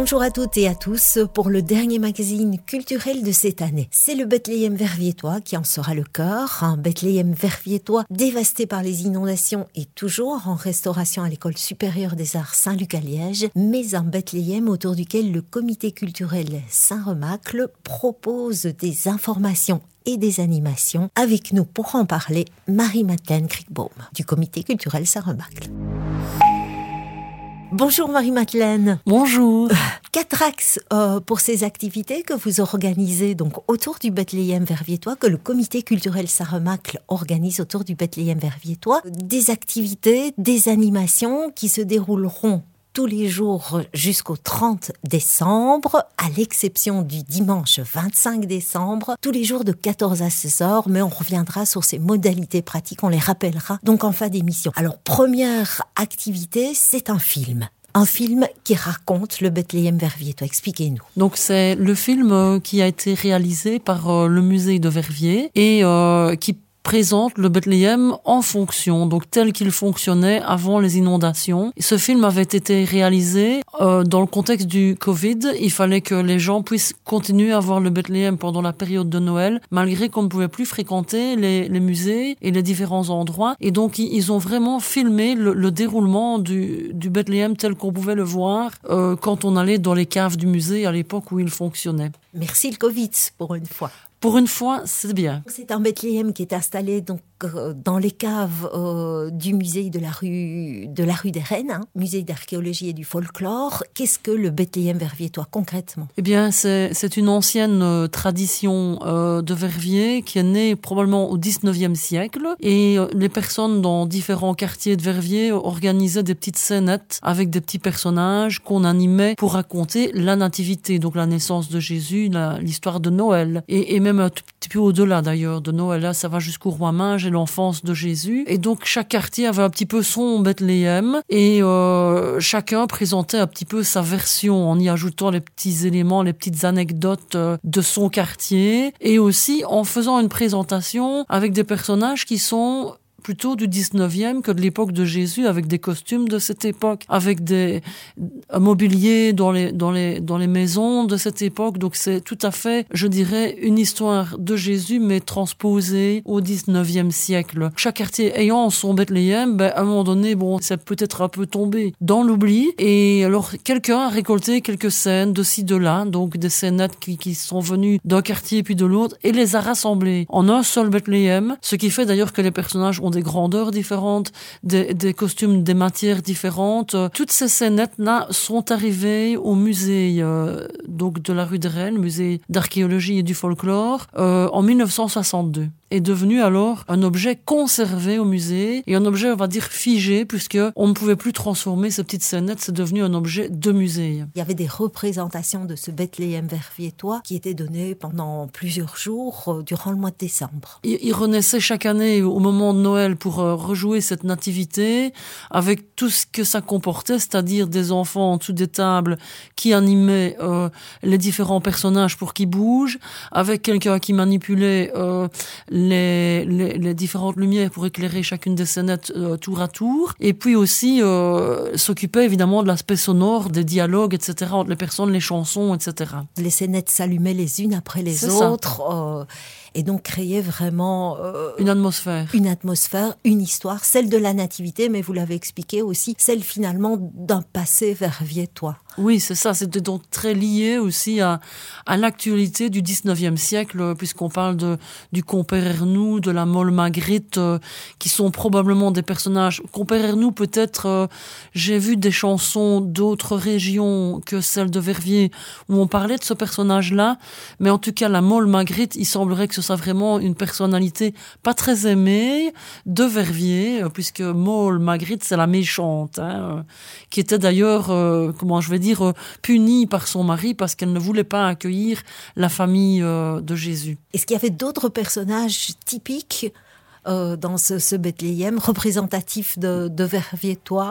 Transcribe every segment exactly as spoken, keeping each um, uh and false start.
Bonjour à toutes et à tous pour le dernier magazine culturel de cette année. C'est le Bethléem verviétois qui en sera le cœur. Un Bethléem verviétois dévasté par les inondations et toujours en restauration à l'École supérieure des arts Saint-Luc à Liège, mais un Bethléem autour duquel le comité culturel Saint-Remacle propose des informations et des animations. Avec nous pour en parler, Marie-Madeleine Kriegbaum du comité culturel Saint-Remacle. Bonjour Marie-Madeleine. Bonjour. Quatre axes euh, pour ces activités que vous organisez donc autour du Bethléem verviétois, que le comité culturel Saint-Remacle organise autour du Bethléem verviétois. Des activités, des animations qui se dérouleront tous les jours jusqu'au trente décembre, à l'exception du dimanche vingt-cinq décembre, tous les jours de quatorze à seize heures, mais on reviendra sur ces modalités pratiques, on les rappellera donc en fin d'émission. Alors, première activité, c'est un film. Un film qui raconte le Bethléem verviétois. Expliquez-nous. Donc c'est le film euh, qui a été réalisé par euh, le musée de Verviers et euh, qui présente le Bethléem en fonction, donc tel qu'il fonctionnait avant les inondations. Ce film avait été réalisé euh, dans le contexte du Covid. Il fallait que les gens puissent continuer à voir le Bethléem pendant la période de Noël, malgré qu'on ne pouvait plus fréquenter les, les musées et les différents endroits. Et donc, ils ont vraiment filmé le, le déroulement du, du Bethléem tel qu'on pouvait le voir euh, quand on allait dans les caves du musée à l'époque où il fonctionnait. Merci le Covid, pour une fois. Pour une fois, c'est bien. C'est un Bethléem qui est installé donc euh, dans les caves euh, du musée de la rue de la rue des Reines, hein, musée d'archéologie et du folklore. Qu'est-ce que le Bethléem verviétois concrètement ? Eh bien, c'est c'est une ancienne euh, tradition euh, de Verviers qui est née probablement au dix-neuvième siècle, et euh, les personnes dans différents quartiers de Verviers organisaient des petites scénettes avec des petits personnages qu'on animait pour raconter la nativité, donc la naissance de Jésus, la, l'histoire de Noël, et, et même un tout petit peu au-delà d'ailleurs de Noël. Là, ça va jusqu'au roi mage et l'enfance de Jésus. Et donc, chaque quartier avait un petit peu son Bethléem et euh, chacun présentait un petit peu sa version en y ajoutant les petits éléments, les petites anecdotes euh, de son quartier, et aussi en faisant une présentation avec des personnages qui sont plutôt du dix-neuvième que de l'époque de Jésus, avec des costumes de cette époque, avec des un mobilier dans les dans les dans les maisons de cette époque. Donc c'est tout à fait, je dirais, une histoire de Jésus mais transposée au dix-neuvième siècle. Chaque quartier ayant son Bethléem, ben à un moment donné, bon, c'est peut-être un peu tombé dans l'oubli. Et alors quelqu'un a récolté quelques scènes de ci de là, donc des scénettes qui qui sont venues d'un quartier puis de l'autre, et les a rassemblées en un seul Bethléem. Ce qui fait d'ailleurs que les personnages ont des grandeurs différentes, des, des costumes, des matières différentes. Toutes ces scénettes-là sont arrivées au musée euh, donc de la rue des Reines, musée d'archéologie et du folklore, euh, en dix-neuf cent soixante-deux. Est devenu alors un objet conservé au musée et un objet, on va dire, figé, puisque on ne pouvait plus transformer ces petites scénettes. C'est devenu un objet de musée. Il y avait des représentations de ce Bethléem verviétois qui étaient données pendant plusieurs jours euh, durant le mois de décembre. Il, il renaissait chaque année au moment de Noël pour euh, rejouer cette nativité avec tout ce que ça comportait, c'est-à-dire des enfants en dessous des tables qui animaient euh, les différents personnages pour qu'ils bougent, avec quelqu'un qui manipulait euh, Les, les, les différentes lumières pour éclairer chacune des scénettes euh, tour à tour, et puis aussi euh, s'occuper évidemment de l'aspect sonore, des dialogues, et cetera, entre les personnes, les chansons, et cetera. Les scénettes s'allumaient les unes après les C'est autres, euh, et donc créaient vraiment euh, une atmosphère. Une atmosphère, une histoire, celle de la nativité, mais vous l'avez expliqué aussi, celle finalement d'un passé verviétois. Oui, c'est ça. C'était donc très lié aussi à, à l'actualité du dix-neuvième siècle, puisqu'on parle de, du compère Ernoux, de la Molle Magritte, euh, qui sont probablement des personnages. Compère Ernoux, peut-être, euh, j'ai vu des chansons d'autres régions que celles de Verviers où on parlait de ce personnage-là, mais en tout cas, la Molle Magritte, il semblerait que ce soit vraiment une personnalité pas très aimée de Verviers, euh, puisque Molle Magritte, c'est la méchante, hein, euh, qui était d'ailleurs, euh, comment je vais dire, euh, punie par son mari parce qu'elle ne voulait pas accueillir la famille euh, de Jésus. Est-ce qu'il y avait d'autres personnages typiques euh, dans ce, ce Bethléem, représentatifs de, de Verviétois ou...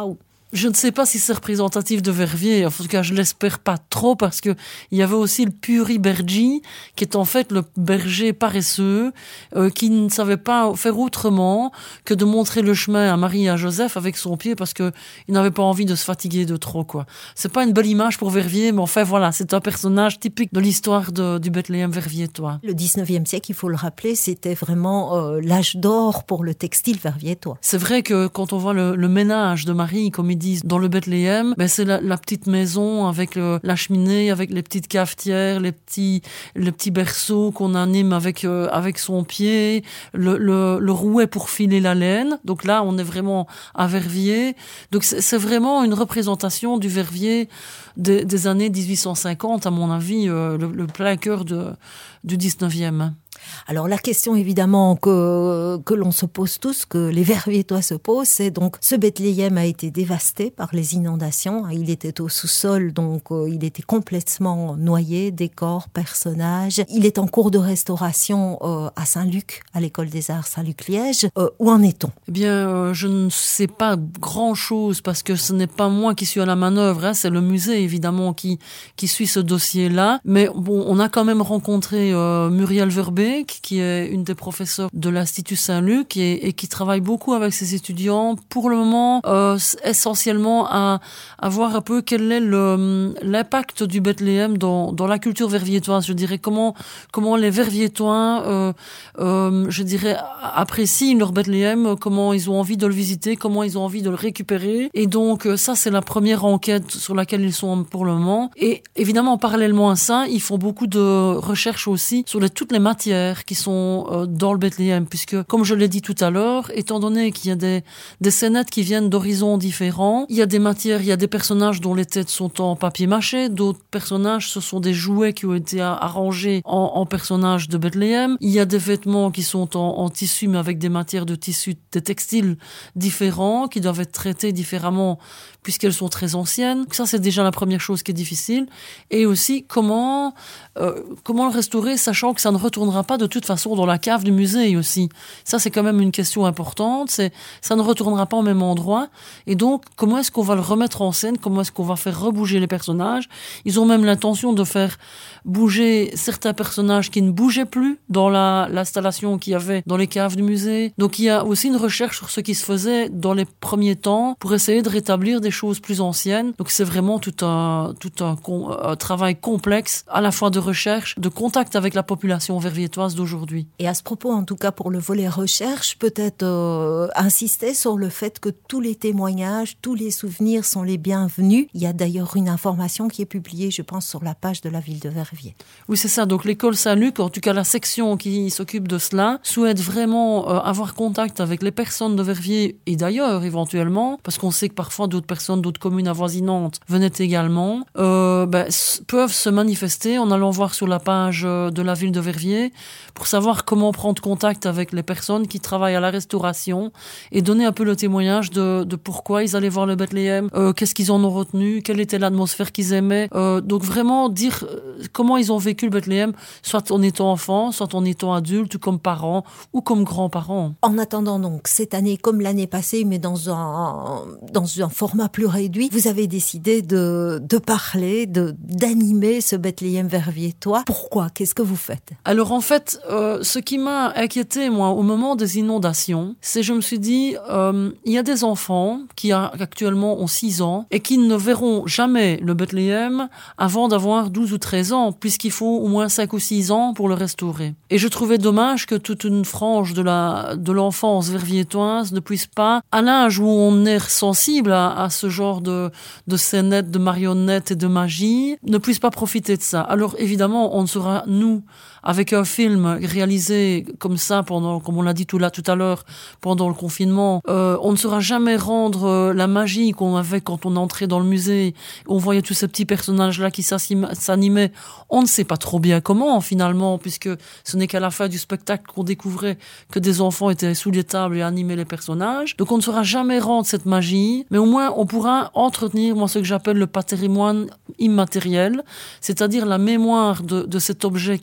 Je ne sais pas si c'est représentatif de Verviers. En tout cas, je l'espère pas trop parce que il y avait aussi le Puri-Bergy, qui est en fait le berger paresseux, euh, qui ne savait pas faire autrement que de montrer le chemin à Marie et à Joseph avec son pied parce que il n'avait pas envie de se fatiguer de trop, quoi. C'est pas une belle image pour Verviers, mais enfin voilà, c'est un personnage typique de l'histoire de, du Bethléem verviétois. Le dix-neuvième siècle, il faut le rappeler, c'était vraiment euh, l'âge d'or pour le textile verviétois. C'est vrai que quand on voit le, le ménage de Marie, comme ils disent dans le Bethléem, ben c'est la, la petite maison avec le, la cheminée, avec les petites cafetières, les petits, les petits berceaux qu'on anime avec euh, avec son pied, le, le, le rouet pour filer la laine. Donc là, on est vraiment à Verviers. Donc c'est, c'est vraiment une représentation du Verviers des, des années dix-huit cent cinquante, à mon avis, euh, le, le plein cœur de, du dix-neuvième. Alors la question évidemment que, que l'on se pose tous, que les Verviétois se posent, c'est donc ce Bethléem a été dévasté par les inondations. Il était au sous-sol, donc euh, il était complètement noyé, décors, personnages. Il est en cours de restauration euh, à Saint-Luc, à l'école des arts Saint-Luc-Liège. Euh, où en est-on ? Eh bien, euh, je ne sais pas grand-chose parce que ce n'est pas moi qui suis à la manœuvre, hein, c'est le musée évidemment qui, qui suit ce dossier-là. Mais bon, on a quand même rencontré euh, Muriel Verbeek, qui est une des professeurs de l'Institut Saint-Luc et, et qui travaille beaucoup avec ses étudiants pour le moment, euh, essentiellement à, à voir un peu quel est le, l'impact du Bethléem dans, dans la culture verviétoise. Je dirais comment, comment les Verviétois, euh, euh, je dirais, apprécient leur Bethléem, comment ils ont envie de le visiter, comment ils ont envie de le récupérer. Et donc, ça, c'est la première enquête sur laquelle ils sont pour le moment. Et évidemment, parallèlement à ça, ils font beaucoup de recherches aussi sur les, toutes les matières qui sont euh, dans le Bethléem, puisque, comme je l'ai dit tout à l'heure, étant donné qu'il y a des, des scénettes qui viennent d'horizons différents, il y a des matières, il y a des personnages dont les têtes sont en papier mâché, d'autres personnages, ce sont des jouets qui ont été arrangés en, en personnages de Bethléem, il y a des vêtements qui sont en, en tissu, mais avec des matières de tissu, des textiles différents, qui doivent être traités différemment, puisqu'elles sont très anciennes. Ça, c'est déjà la première chose qui est difficile. Et aussi, comment, euh, comment le restaurer, sachant que ça ne retournera pas de toute façon dans la cave du musée aussi. Ça, c'est quand même une question importante. C'est, ça ne retournera pas au même endroit. Et donc, comment est-ce qu'on va le remettre en scène? Comment est-ce qu'on va faire rebouger les personnages? Ils ont même l'intention de faire bouger certains personnages qui ne bougeaient plus dans la, l'installation qu'il y avait dans les caves du musée. Donc, il y a aussi une recherche sur ce qui se faisait dans les premiers temps pour essayer de rétablir des choses plus anciennes. Donc, c'est vraiment tout un, tout un, un travail complexe, à la fois de recherche, de contact avec la population verviétoise d'aujourd'hui. Et à ce propos, en tout cas pour le volet recherche, peut-être euh, insister sur le fait que tous les témoignages, tous les souvenirs sont les bienvenus. Il y a d'ailleurs une information qui est publiée, je pense, sur la page de la ville de Verviers. Oui, c'est ça. Donc l'école Saint-Luc, en tout cas la section qui s'occupe de cela, souhaite vraiment euh, avoir contact avec les personnes de Verviers et d'ailleurs éventuellement, parce qu'on sait que parfois d'autres personnes, d'autres communes avoisinantes venaient également, euh, ben, s- peuvent se manifester en allant voir sur la page de la ville de Verviers pour savoir comment prendre contact avec les personnes qui travaillent à la restauration et donner un peu le témoignage de, de pourquoi ils allaient voir le Bethléem, euh, qu'est-ce qu'ils en ont retenu, quelle était l'atmosphère qu'ils aimaient. Euh, donc vraiment dire euh, comment ils ont vécu le Bethléem, soit en étant enfant, soit en étant adulte, ou comme parents, ou comme grands-parents. En attendant donc cette année, comme l'année passée, mais dans un, dans un format plus réduit, vous avez décidé de, de parler, de, d'animer ce Bethléem verviétois. Pourquoi? Qu'est-ce que vous faites? Alors en fait, euh, ce qui m'a inquiété moi au moment des inondations, c'est je me suis dit, euh, il y a des enfants qui a, actuellement ont six ans et qui ne verront jamais le Bethléem avant d'avoir douze ou treize ans, puisqu'il faut au moins cinq ou six ans pour le restaurer. Et je trouvais dommage que toute une frange de la de l'enfance verviétoise ne puisse pas, à l'âge où on est sensible à, à ce genre de, de scénettes, de marionnettes et de magie, ne puisse pas profiter de ça. Alors évidemment, on ne sera, nous, avec un film réalisé comme ça pendant, comme on l'a dit tout là tout à l'heure, pendant le confinement, euh, on ne saura jamais rendre euh, la magie qu'on avait quand on entrait dans le musée. On voyait tous ces petits personnages là qui s'animaient. On ne sait pas trop bien comment finalement, puisque ce n'est qu'à la fin du spectacle qu'on découvrait que des enfants étaient sous les tables et animaient les personnages. Donc on ne saura jamais rendre cette magie, mais au moins on pourra entretenir moi ce que j'appelle le patrimoine immatériel, c'est-à-dire la mémoire de, de cet objet qu'est le Bethléem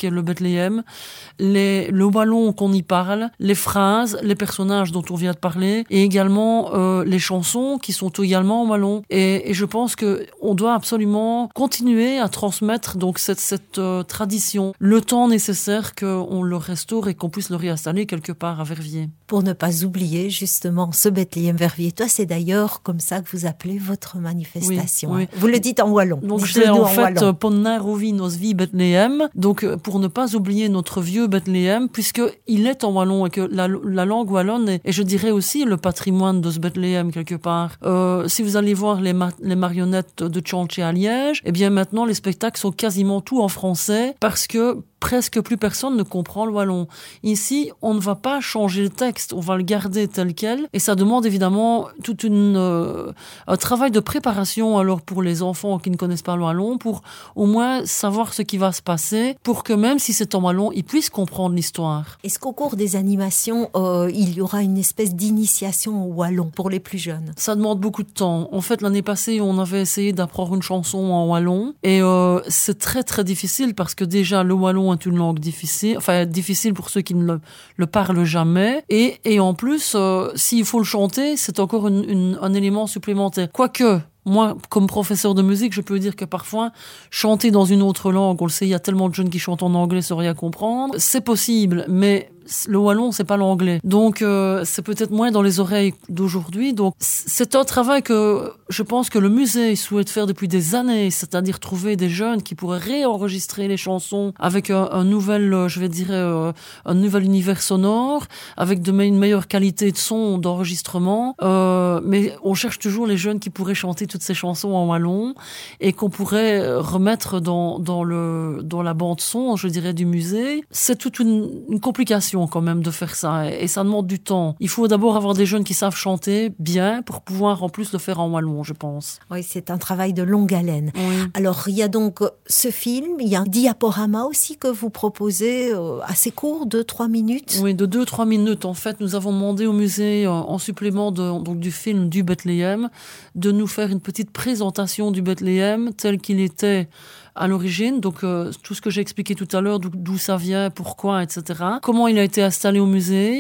Bethléem, les, le wallon qu'on y parle, les phrases, les personnages dont on vient de parler, et également euh, les chansons qui sont également en wallon. Et, et je pense que on doit absolument continuer à transmettre donc cette, cette euh, tradition, le temps nécessaire qu'on le restaure et qu'on puisse le réinstaller quelque part à Verviers. Pour ne pas oublier justement ce Bethléem verviétois, c'est d'ailleurs comme ça que vous appelez votre manifestation. Oui, oui. Vous le dites en wallon. Donc j'ai en, en fait Ponner Ovi nos vie Bethléem. Donc pour ne pas oublier notre vieux Bethléem, puisque il est en wallon et que la, la langue wallonne est, et je dirais aussi le patrimoine de ce Bethléem quelque part. Euh, si vous allez voir les, ma- les marionnettes de Tchanché à Liège, eh bien maintenant les spectacles sont quasiment tout en français parce que presque plus personne ne comprend le wallon. Ici, on ne va pas changer le texte, on va le garder tel quel, et ça demande évidemment tout une, euh, un travail de préparation alors pour les enfants qui ne connaissent pas le wallon, pour au moins savoir ce qui va se passer, pour que même si c'est en wallon, ils puissent comprendre l'histoire. Est-ce qu'au cours des animations, euh, il y aura une espèce d'initiation au wallon pour les plus jeunes? Ça demande beaucoup de temps. En fait, l'année passée, on avait essayé d'apprendre une chanson en wallon, et euh, c'est très très difficile parce que déjà le wallon est une langue difficile, enfin difficile pour ceux qui ne le, le parlent jamais, et, et en plus, euh, s'il faut le chanter, c'est encore une, une, un élément supplémentaire. Quoique, moi, comme professeur de musique, je peux dire que parfois, chanter dans une autre langue, on le sait, il y a tellement de jeunes qui chantent en anglais sans rien comprendre, c'est possible, mais le wallon, c'est pas l'anglais. Donc, euh, c'est peut-être moins dans les oreilles d'aujourd'hui. Donc, c'est un travail que je pense que le musée souhaite faire depuis des années, c'est-à-dire trouver des jeunes qui pourraient réenregistrer les chansons avec un, un nouvel, je vais dire, euh, un nouvel univers sonore, avec de, une meilleure qualité de son, d'enregistrement. Euh, mais on cherche toujours les jeunes qui pourraient chanter toutes ces chansons en wallon et qu'on pourrait remettre dans, dans, le, dans la bande son, je dirais, du musée. C'est toute une, une complication quand même de faire ça, et ça demande du temps. Il faut d'abord avoir des jeunes qui savent chanter bien pour pouvoir en plus le faire en wallon, je pense. Oui, c'est un travail de longue haleine. Oui. Alors, il y a donc ce film, il y a un diaporama aussi que vous proposez, euh, assez court, deux trois minutes. Oui, de deux trois minutes. En fait, nous avons demandé au musée, euh, en supplément de, donc, du film du Bethléem, de nous faire une petite présentation du Bethléem tel qu'il était à l'origine, donc euh, tout ce que j'ai expliqué tout à l'heure, d'où, d'où ça vient, pourquoi, et cetera. Comment il a été installé au musée,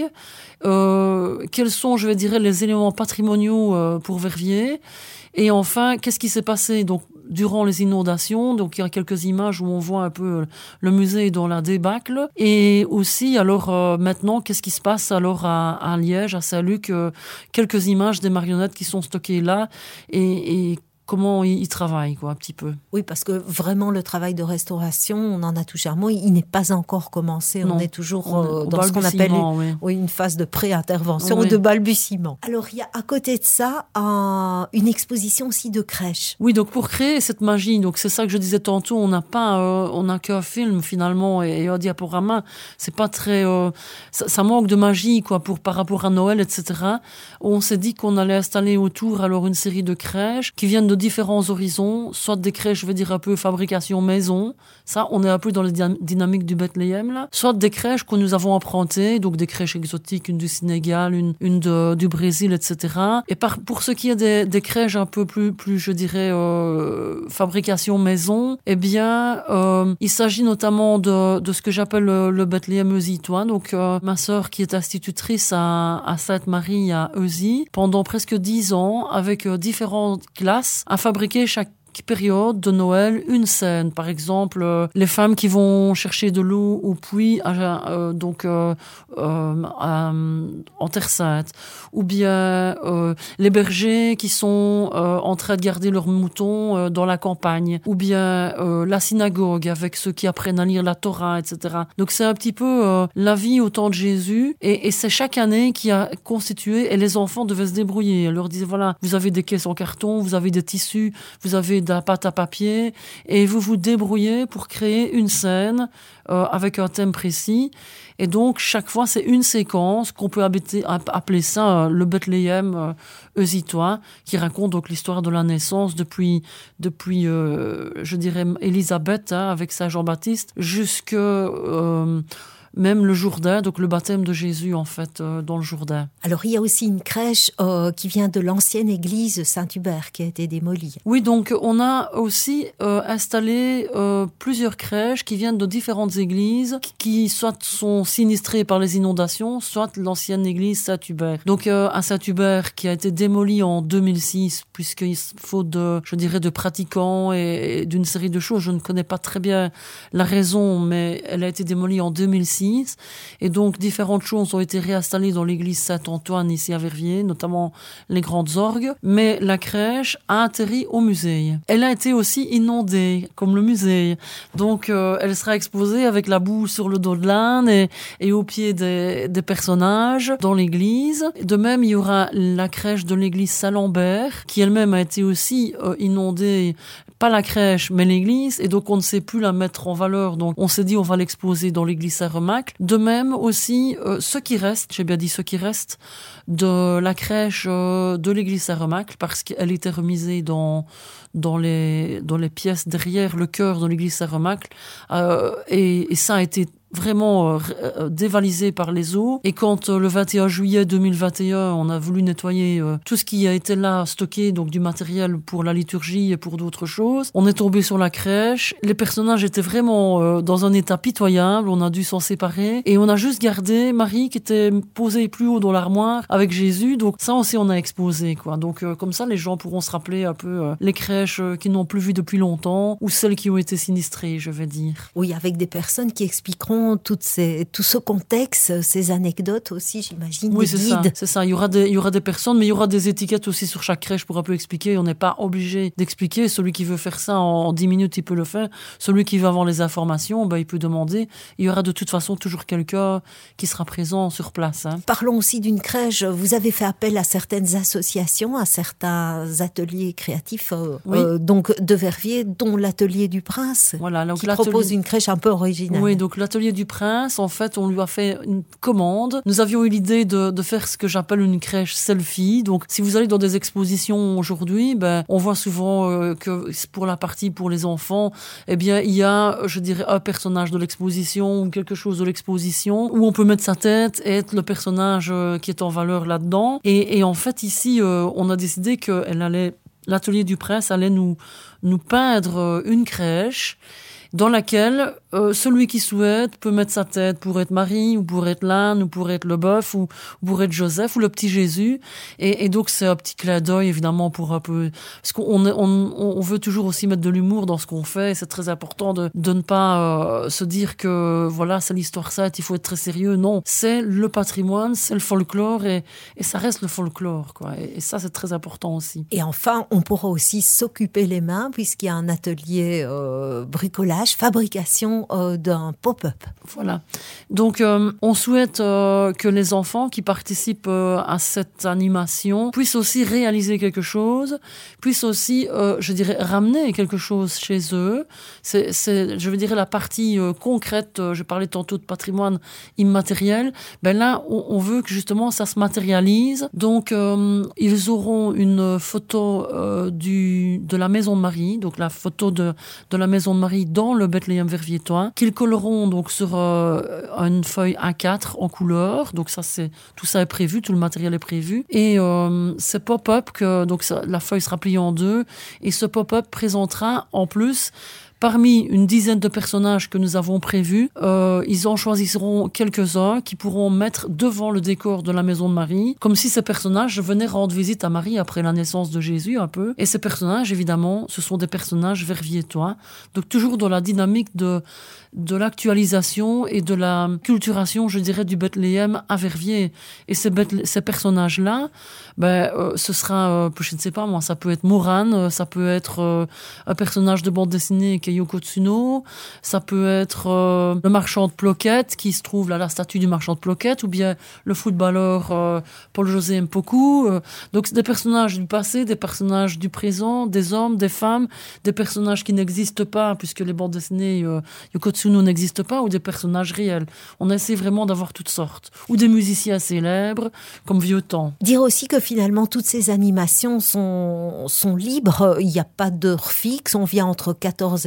euh, quels sont, je vais dire, les éléments patrimoniaux euh, pour Verviers, et enfin, qu'est-ce qui s'est passé donc durant les inondations. Donc il y a quelques images où on voit un peu le musée dans la débâcle, et aussi alors euh, maintenant qu'est-ce qui se passe alors à, à Liège, à Saint-Luc, euh, quelques images des marionnettes qui sont stockées là, et, et comment ils travaillent, quoi, un petit peu. Oui, parce que vraiment, le travail de restauration, on en a touché un mot, il n'est pas encore commencé. Non, on est toujours on est euh, dans ce qu'on appelle oui. Oui, une phase de pré-intervention, Oui. de balbutiement. Alors, il y a à côté de ça un, une exposition aussi de crèche. Oui, donc pour créer cette magie, donc c'est ça que je disais tantôt, on n'a pas, euh, on n'a qu'un film finalement et, et un diaporama. C'est pas très, euh, ça, ça manque de magie, quoi, pour par rapport à Noël, et cetera. On s'est dit qu'on allait installer autour alors une série de crèches qui viennent de différents horizons, soit des crèches, je veux dire un peu fabrication maison, ça on est un peu dans les dynamiques du Bethléem là, soit des crèches que nous avons empruntées, donc des crèches exotiques, une du Sénégal, une, une de, du Brésil, et cetera. Et par, pour ce qui est des, des crèches un peu plus, plus je dirais, euh, fabrication maison, eh bien, euh, il s'agit notamment de, de ce que j'appelle le, le Bethléem eusitois. Donc, euh, ma sœur qui est institutrice à, à Sainte-Marie à Eusy, pendant presque dix ans, avec euh, différentes classes, a fabriqué chaque période de Noël une scène. Par exemple, euh, les femmes qui vont chercher de l'eau au puits, euh, donc euh, euh, euh, en Terre Sainte, ou bien euh, les bergers qui sont euh, en train de garder leurs moutons euh, dans la campagne, ou bien euh, la synagogue avec ceux qui apprennent à lire la Torah, et cetera. Donc c'est un petit peu euh, la vie au temps de Jésus, et, et c'est chaque année qui a constitué, et les enfants devaient se débrouiller. Elle leur disait, voilà, vous avez des caisses en carton, vous avez des tissus, vous avez de la pâte à papier, et vous vous débrouillez pour créer une scène euh, avec un thème précis. Et donc, chaque fois, c'est une séquence qu'on peut habiter, appeler ça euh, le Bethléem euh, eusitois, qui raconte donc l'histoire de la naissance depuis, depuis euh, je dirais, Élisabeth, hein, avec Saint Jean-Baptiste, jusque... Euh, même le Jourdain, donc le baptême de Jésus en fait euh, dans le Jourdain. Alors il y a aussi une crèche euh, qui vient de l'ancienne église Saint-Hubert qui a été démolie. Oui, donc on a aussi euh, installé euh, plusieurs crèches qui viennent de différentes églises qui soit sont sinistrées par les inondations, soit l'ancienne église Saint-Hubert. Donc euh, à Saint-Hubert qui a été démolie en deux mille six puisqu'il faut de, je dirais, de pratiquants et, et d'une série de choses. Je ne connais pas très bien la raison, mais elle a été démolie en deux mille six et donc différentes choses ont été réinstallées dans l'église Saint-Antoine ici à Verviers, notamment les grandes orgues, mais la crèche a atterri au musée. Elle a été aussi inondée, comme le musée. Donc, euh, elle sera exposée avec la boue sur le dos de l'âne et, et au pied des, des personnages dans l'église. De même, il y aura la crèche de l'église Saint-Lambert, qui elle-même a été aussi euh, inondée, pas la crèche, mais l'église, et donc on ne sait plus la mettre en valeur. Donc, on s'est dit, on va l'exposer dans l'église Saint-Remacle. De même aussi, euh, ce qui reste, j'ai bien dit ce qui reste, de la crèche euh, de l'église Saint-Remacle, parce qu'elle était remisée dans, dans, les, dans les pièces derrière le chœur de l'église Saint-Remacle, euh, et, et ça a été vraiment euh, dévalisé par les eaux. Et quand euh, le vingt et un juillet deux mille vingt et un, on a voulu nettoyer euh, tout ce qui a été là stocké, donc du matériel pour la liturgie et pour d'autres choses, on est tombé sur la crèche. Les personnages étaient vraiment euh, dans un état pitoyable, on a dû s'en séparer et on a juste gardé Marie qui était posée plus haut dans l'armoire avec Jésus. Donc ça aussi on a exposé, quoi. Donc euh, comme ça les gens pourront se rappeler un peu euh, les crèches euh, qu'ils n'ont plus vues depuis longtemps ou celles qui ont été sinistrées, je vais dire. Oui, avec des personnes qui expliqueront toutes ces, tout ce contexte, ces anecdotes aussi, j'imagine, oui, des c'est guides. Ça, c'est ça. Il y aura des, il y aura des personnes, mais il y aura des étiquettes aussi sur chaque crèche pour un peu expliquer. On n'est pas obligé d'expliquer. Celui qui veut faire ça en dix minutes, il peut le faire. Celui qui veut avoir les informations, ben, il peut demander. Il y aura de toute façon toujours quelqu'un qui sera présent sur place. Hein. Parlons aussi d'une crèche. Vous avez fait appel à certaines associations, à certains ateliers créatifs, euh, oui. euh, donc de Verviers, dont l'Atelier du Prince, voilà, donc qui propose une crèche un peu originale. Oui, donc l'Atelier du Prince, en fait, on lui a fait une commande. Nous avions eu l'idée de, de faire ce que j'appelle une crèche selfie. Donc, si vous allez dans des expositions aujourd'hui, ben, on voit souvent euh, que pour la partie pour les enfants, eh bien, il y a, je dirais, un personnage de l'exposition ou quelque chose de l'exposition où on peut mettre sa tête et être le personnage euh, qui est en valeur là-dedans. Et, et en fait, ici, euh, on a décidé qu'elle allait, l'Atelier du Prince allait nous, nous peindre une crèche dans laquelle euh, celui qui souhaite peut mettre sa tête pour être Marie, ou pour être l'âne, ou pour être le bœuf, ou, ou pour être Joseph, ou le petit Jésus. Et, et donc, c'est un petit clin d'œil, évidemment, pour un peu... Parce qu'on on, on veut toujours aussi mettre de l'humour dans ce qu'on fait, et c'est très important de, de ne pas euh, se dire que, voilà, c'est l'histoire sainte, il faut être très sérieux. Non, c'est le patrimoine, c'est le folklore, et, et ça reste le folklore, quoi. Et, et ça, c'est très important aussi. Et enfin, on pourra aussi s'occuper les mains, puisqu'il y a un atelier euh, bricolage, fabrication euh, d'un pop-up. Voilà. Donc, euh, on souhaite euh, que les enfants qui participent euh, à cette animation puissent aussi réaliser quelque chose, puissent aussi, euh, je dirais, ramener quelque chose chez eux. C'est, c'est je veux dire, la partie euh, concrète, euh, je parlais tantôt de patrimoine immatériel, ben là, on, on veut que justement ça se matérialise. Donc, euh, ils auront une photo euh, du, de la Maison de Marie, donc la photo de, de la Maison de Marie dans le Bethléem verviétois, qu'ils colleront donc sur euh, une feuille A quatre en couleur. Donc ça, c'est tout ça est prévu, tout le matériel est prévu. Et euh, ce pop-up, que, donc ça, la feuille sera pliée en deux, et ce pop-up présentera en plus, parmi une dizaine de personnages que nous avons prévus, euh, ils en choisiront quelques-uns qui pourront mettre devant le décor de la Maison de Marie, comme si ces personnages venaient rendre visite à Marie après la naissance de Jésus un peu. Et ces personnages, évidemment, ce sont des personnages verviétois, donc toujours dans la dynamique de, de l'actualisation et de la culturation, je dirais, du Bethléem à Verviers. Et ces, Bethlé- ces personnages-là, ben, euh, ce sera, euh, je ne sais pas moi, ça peut être Morane, ça peut être euh, un personnage de bande dessinée qui est Yoko Tsuno, ça peut être euh, le marchand de ploquettes qui se trouve là, la statue du marchand de ploquettes, ou bien le footballeur euh, Paul-José Mpoku. Euh, donc c'est des personnages du passé, des personnages du présent, des hommes, des femmes, des personnages qui n'existent pas, puisque les bandes dessinées euh, Yoko Tsuno n'existent pas, ou des personnages réels. On essaie vraiment d'avoir toutes sortes. Ou des musiciens célèbres, comme Vieux Temps. Dire aussi que finalement, toutes ces animations sont, sont libres. Il n'y a pas d'heure fixe. On vient entre quatorze et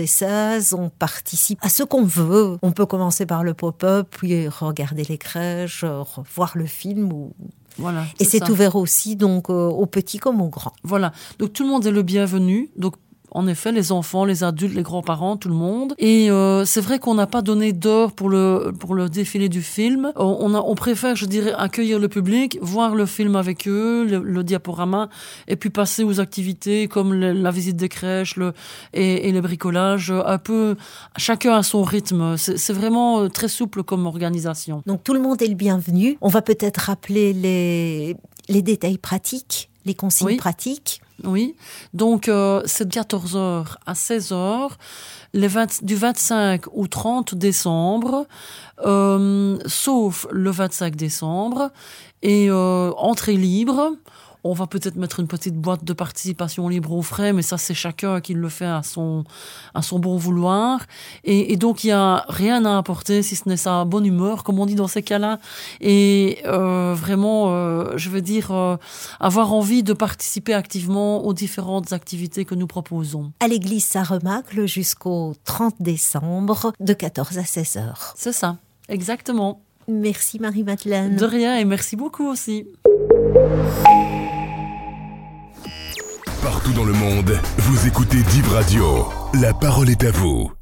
seize, on participe à ce qu'on veut. On peut commencer par le pop-up, puis regarder les crèches, voir le film. Ou... Voilà, et c'est ça. ouvert aussi donc, aux petits comme aux grands. Voilà, donc tout le monde est le bienvenu. Donc en effet, les enfants, les adultes, les grands-parents, tout le monde. Et euh, c'est vrai qu'on n'a pas donné d'heure pour le pour le défilé du film. On, a, on préfère, je dirais, accueillir le public, voir le film avec eux, le, le diaporama, et puis passer aux activités comme le, la visite des crèches le, et, et le bricolage, un peu chacun à son rythme. C'est, c'est vraiment très souple comme organisation. Donc tout le monde est le bienvenu. On va peut-être rappeler les, les détails pratiques, les consignes oui. pratiques. Oui, donc euh, c'est de quatorze heures à seize heures, les vingt, du vingt-cinq au trente décembre, euh, sauf le vingt-cinq décembre, et euh, entrée libre. On va peut-être mettre une petite boîte de participation libre aux frais, mais ça, c'est chacun qui le fait à son, à son bon vouloir. Et, et donc, il n'y a rien à apporter, si ce n'est sa bonne humeur, comme on dit dans ces cas-là. Et euh, vraiment, euh, je veux dire, euh, avoir envie de participer activement aux différentes activités que nous proposons. À l'église Saint-Remacle jusqu'au trente décembre, de quatorze à seize heures. C'est ça, exactement. Merci Marie-Madeleine. De rien, et merci beaucoup aussi. Partout dans le monde, vous écoutez Div Radio. La parole est à vous.